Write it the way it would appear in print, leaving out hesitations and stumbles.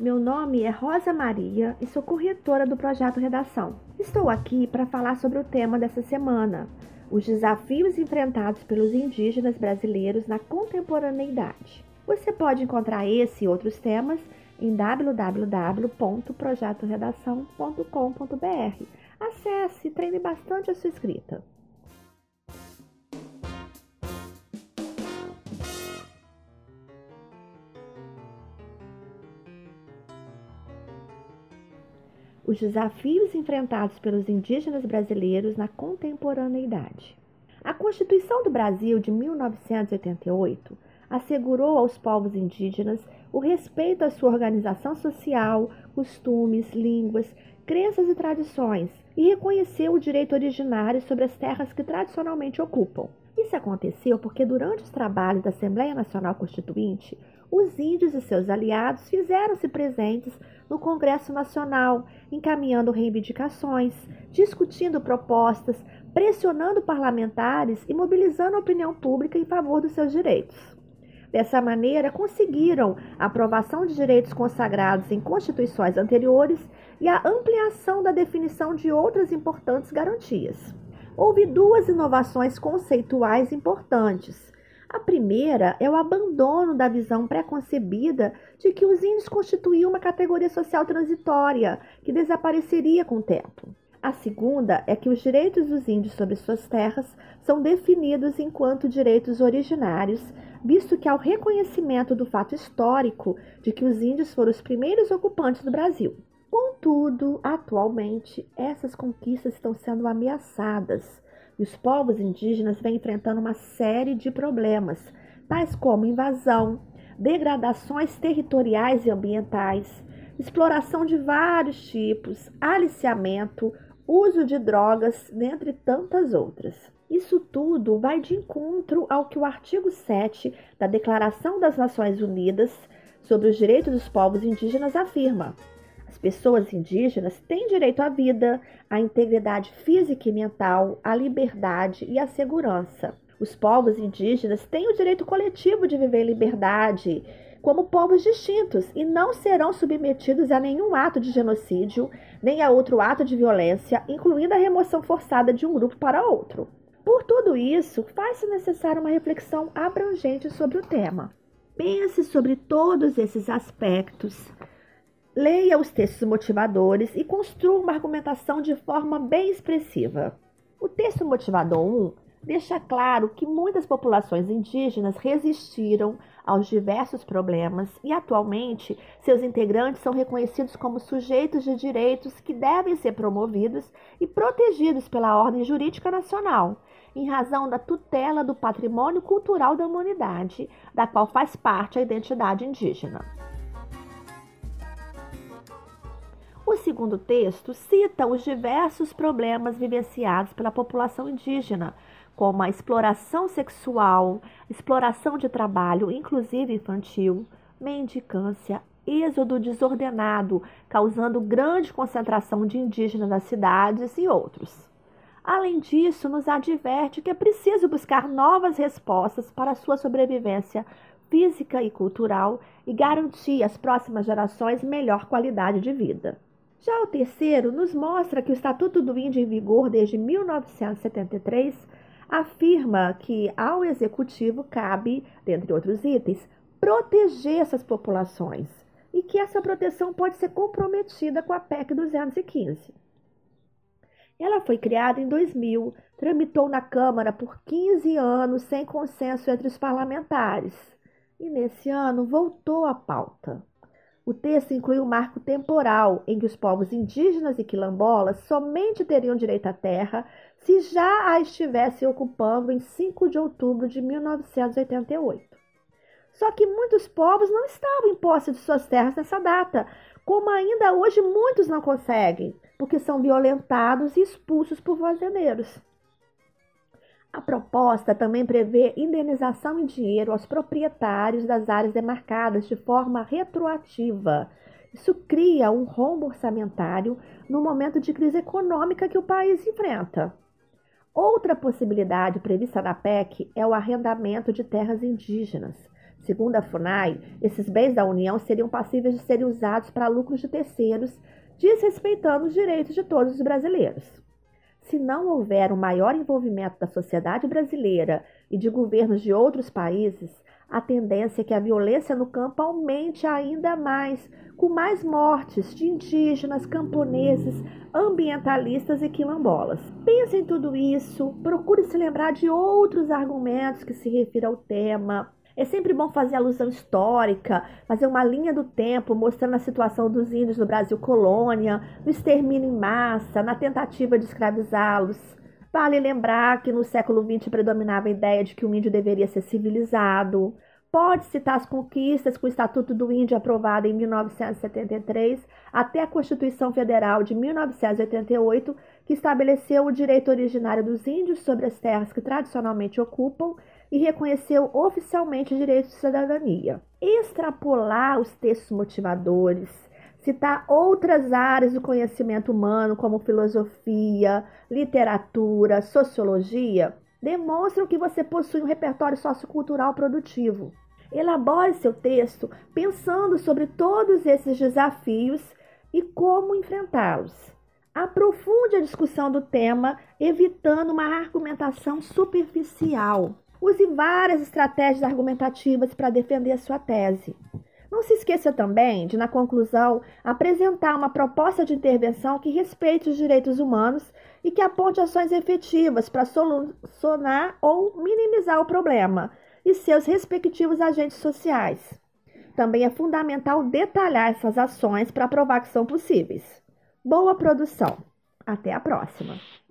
Meu nome é Rosa Maria e sou corretora do Projeto Redação. Estou aqui para falar sobre o tema dessa semana, os desafios enfrentados pelos indígenas brasileiros na contemporaneidade. Você pode encontrar esse e outros temas em www.projetoredação.com.br. Acesse e treine bastante a sua escrita. Os desafios enfrentados pelos indígenas brasileiros na contemporaneidade. A Constituição do Brasil de 1988 assegurou aos povos indígenas o respeito à sua organização social, costumes, línguas, crenças e tradições e reconheceu o direito originário sobre as terras que tradicionalmente ocupam. Isso aconteceu porque durante os trabalhos da Assembleia Nacional Constituinte, os índios e seus aliados fizeram-se presentes no Congresso Nacional, encaminhando reivindicações, discutindo propostas, pressionando parlamentares e mobilizando a opinião pública em favor dos seus direitos. Dessa maneira, conseguiram a aprovação de direitos consagrados em constituições anteriores e a ampliação da definição de outras importantes garantias. Houve duas inovações conceituais importantes. A primeira é o abandono da visão pré-concebida de que os índios constituíam uma categoria social transitória, que desapareceria com o tempo. A segunda é que os direitos dos índios sobre suas terras são definidos enquanto direitos originários, visto que há o reconhecimento do fato histórico de que os índios foram os primeiros ocupantes do Brasil. Contudo, atualmente, essas conquistas estão sendo ameaçadas e os povos indígenas vêm enfrentando uma série de problemas, tais como invasão, degradações territoriais e ambientais, exploração de vários tipos, aliciamento, uso de drogas, dentre tantas outras. Isso tudo vai de encontro ao que o artigo 7 da Declaração das Nações Unidas sobre os Direitos dos Povos Indígenas afirma. As pessoas indígenas têm direito à vida, à integridade física e mental, à liberdade e à segurança. Os povos indígenas têm o direito coletivo de viver em liberdade, como povos distintos, e não serão submetidos a nenhum ato de genocídio, nem a outro ato de violência, incluindo a remoção forçada de um grupo para outro. Por tudo isso, faz-se necessária uma reflexão abrangente sobre o tema. Pense sobre todos esses aspectos. Leia os textos motivadores e construa uma argumentação de forma bem expressiva. O texto motivador 1 deixa claro que muitas populações indígenas resistiram aos diversos problemas e, atualmente, seus integrantes são reconhecidos como sujeitos de direitos que devem ser promovidos e protegidos pela ordem jurídica nacional, em razão da tutela do patrimônio cultural da humanidade, da qual faz parte a identidade indígena. O segundo texto cita os diversos problemas vivenciados pela população indígena, como a exploração sexual, exploração de trabalho, inclusive infantil, mendicância, êxodo desordenado, causando grande concentração de indígenas nas cidades e outros. Além disso, nos adverte que é preciso buscar novas respostas para a sua sobrevivência física e cultural e garantir às próximas gerações melhor qualidade de vida. Já o terceiro nos mostra que o Estatuto do Índio em vigor desde 1973 afirma que ao Executivo cabe, dentre outros itens, proteger essas populações e que essa proteção pode ser comprometida com a PEC 215. Ela foi criada em 2000, tramitou na Câmara por 15 anos sem consenso entre os parlamentares e nesse ano voltou à pauta. O texto inclui um marco temporal em que os povos indígenas e quilombolas somente teriam direito à terra se já a estivessem ocupando em 5 de outubro de 1988. Só que muitos povos não estavam em posse de suas terras nessa data, como ainda hoje muitos não conseguem, porque são violentados e expulsos por fazendeiros. A proposta também prevê indenização em dinheiro aos proprietários das áreas demarcadas de forma retroativa. Isso cria um rombo orçamentário no momento de crise econômica que o país enfrenta. Outra possibilidade prevista na PEC é o arrendamento de terras indígenas. Segundo a FUNAI, esses bens da União seriam passíveis de serem usados para lucros de terceiros, desrespeitando os direitos de todos os brasileiros. Se não houver um maior envolvimento da sociedade brasileira e de governos de outros países, a tendência é que a violência no campo aumente ainda mais, com mais mortes de indígenas, camponeses, ambientalistas e quilombolas. Pense em tudo isso, procure se lembrar de outros argumentos que se refiram ao tema. É sempre bom fazer alusão histórica, fazer uma linha do tempo mostrando a situação dos índios no Brasil colônia, no extermínio em massa, na tentativa de escravizá-los. Vale lembrar que no século XX predominava a ideia de que o índio deveria ser civilizado. Pode citar as conquistas com o Estatuto do Índio aprovado em 1973 até a Constituição Federal de 1988, que estabeleceu o direito originário dos índios sobre as terras que tradicionalmente ocupam e reconheceu oficialmente o direito de cidadania. Extrapolar os textos motivadores, citar outras áreas do conhecimento humano, como filosofia, literatura, sociologia, demonstram que você possui um repertório sociocultural produtivo. Elabore seu texto pensando sobre todos esses desafios e como enfrentá-los. Aprofunde a discussão do tema, evitando uma argumentação superficial. Use várias estratégias argumentativas para defender a sua tese. Não se esqueça também de, na conclusão, apresentar uma proposta de intervenção que respeite os direitos humanos e que aponte ações efetivas para solucionar ou minimizar o problema e seus respectivos agentes sociais. Também é fundamental detalhar essas ações para provar que são possíveis. Boa produção! Até a próxima!